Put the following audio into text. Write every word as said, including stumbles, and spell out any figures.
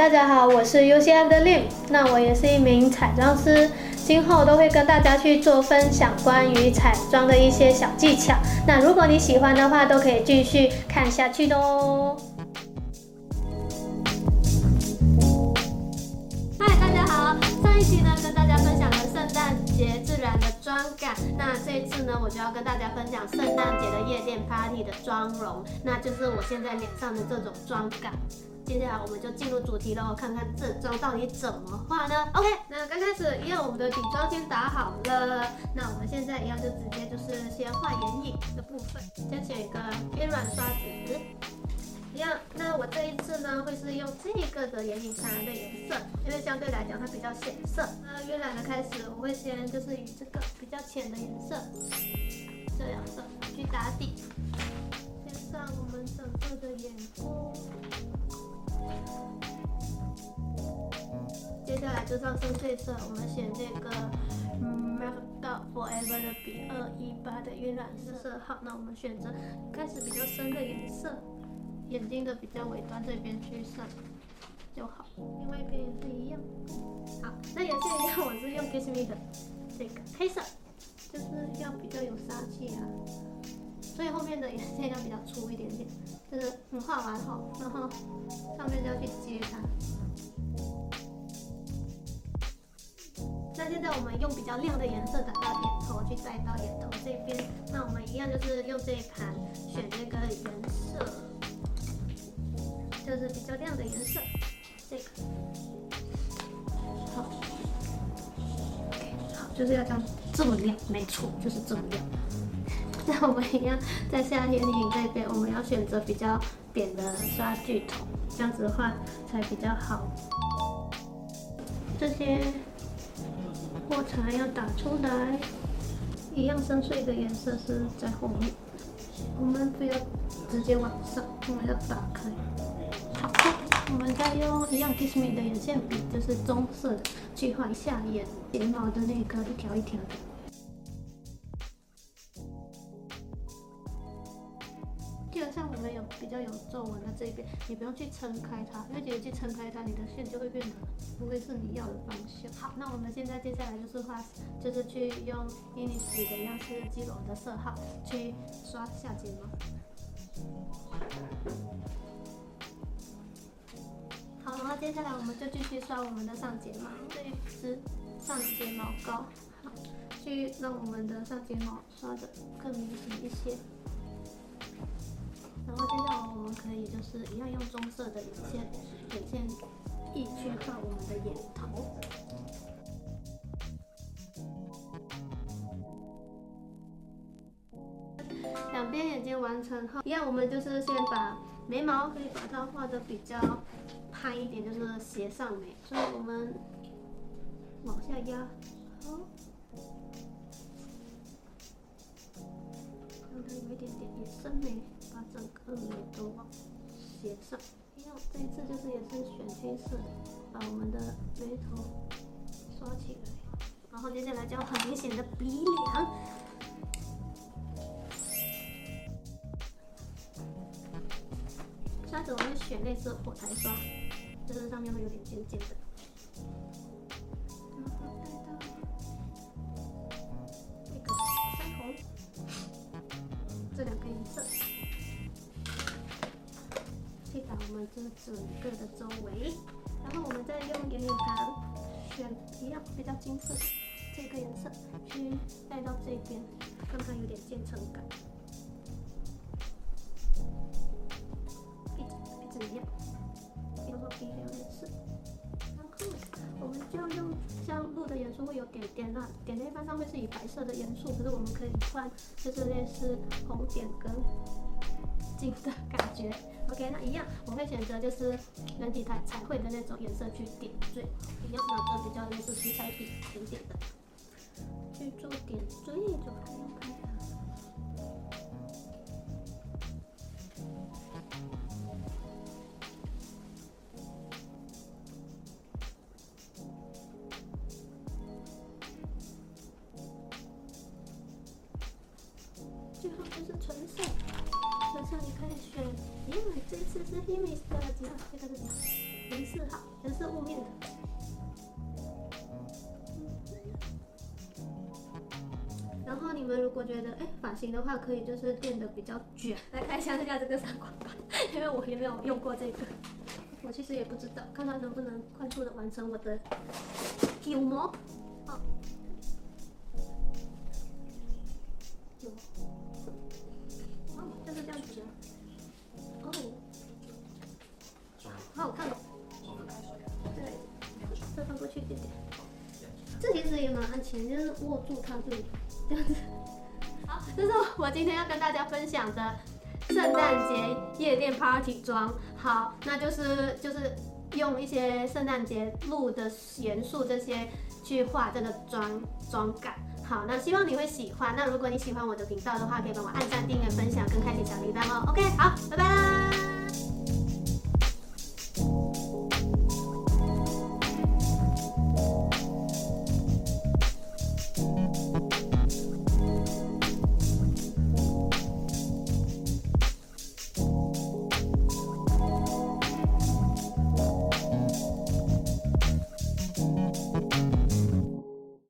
大家好，我是 U C F 的 Lim， 那我也是一名彩妆师，今后都会跟大家去做分享关于彩妆的一些小技巧。那如果你喜欢的话，都可以继续看下去的哦。嗨，大家好，上一期呢跟大家分享了圣诞节自然的妆感，那这一次呢我就要跟大家分享圣诞节的夜店 party 的妆容，那就是我现在脸上的这种妆感。接下来我们就进入主题喽，看看这妆到底怎么画呢 ？OK， 那刚开始一样，我们的底妆先打好了。那我们现在一样就直接就是先画眼影的部分，先选一个偏软刷子，一样。那我这一次呢会是用这个的眼影盘的颜色，因为相对来讲它比较显色。那晕染的开始，我会先就是以这个比较浅的颜色，这两个去打底，先上我们整个的眼部。接下来就上深邃色，我们选这个嗯 M A C 到 Forever 的比二一八的晕染色号。那我们选择开始比较深的颜色，眼睛的比较尾端这边去上就好，另外一边也是一样。好，那颜色一样，我是用 Kiss Me 的这个黑色，就是要比较有杀气啊，所以后面的眼线要比较粗一点点，就是你画完后，然后上面就要去接它。那现在我们用比较亮的颜色打到眼头，去带到眼头这边。那我们一样就是用这一盘选这个颜色，就是比较亮的颜色，这个。好 ，OK， 好，就是要这样这么亮，没错，就是这么亮。那我们一样在下眼影这边，我们要选择比较扁的刷具头，这样子的话才比较好。这些货材要打出来，一样深邃的颜色是在后面，我们不要直接往上，我们要打开。好，我们再用一样 Kiss Me 的眼线笔，就是棕色的，去画下眼睫毛的那个一条一条的。基本上我们有比较有皱纹的这一边，你不用去撑开它，因为你去撑开它，你的线就会变得不会是你要的方向。好，那我们现在接下来就是画，就是去用 Innisfree 的一样是肌柔的色号去刷下睫毛。好，然后接下来我们就继续刷我们的上睫毛，这一支上睫毛膏，好，去让我们的上睫毛刷的更明显一些。然后接下来我们可以就是一样用棕色的眼线，眼线液去画我们的眼头。两边眼睛完成后，一样我们就是先把眉毛可以把它画的比较攀一点，就是斜上眉，所以我们往下压，好，让它有一点点眼深眉。把整个眉都往斜上，一样，这一次就是也是选黑色的，把我们的眉头刷起来，然后接下来就要很明显的鼻梁，刷子我会选类似火柴刷，就是上面会有点尖尖的。这两个颜色，去打我们这整个的周围，然后我们再用眼影盘选一样比较金色的这个颜色去带到这边，让它有点渐层感。鼻子鼻子一样，然后鼻梁也是，然后我们就用像鹿的元素会有点点啊，点点一般上会是以白色的元素，可是我们可以换就是类似红点跟金的感觉。OK， 那一样我会选择就是人体彩彩绘的那种颜色去点缀，一样拿着比较类似水彩笔点点的去做点缀就可以了。最后就是唇色，唇色你可以选，因为这次是 Himis 的几号？这个是几号？零四号。 全是雾面的。然后你们如果觉得哎发型的话，可以就是变得比较卷。来看一下这个闪光板，因为我也没有用过这个，我其实也不知道，看看能不能快速的完成我的有膜。好，有膜，哦，就是这样子的。哦，好好看哦。对，再放过去一点点。这其实也蛮安全，就是握住它这里。这样子，好，这是我今天要跟大家分享的圣诞节夜店 party 装。好，那就是就是用一些圣诞节录的元素这些去画这个妆妆感。好，那希望你会喜欢。那如果你喜欢我的频道的话，可以帮我按赞、订阅、分享跟开启小铃铛哦。OK， 好，拜拜啦。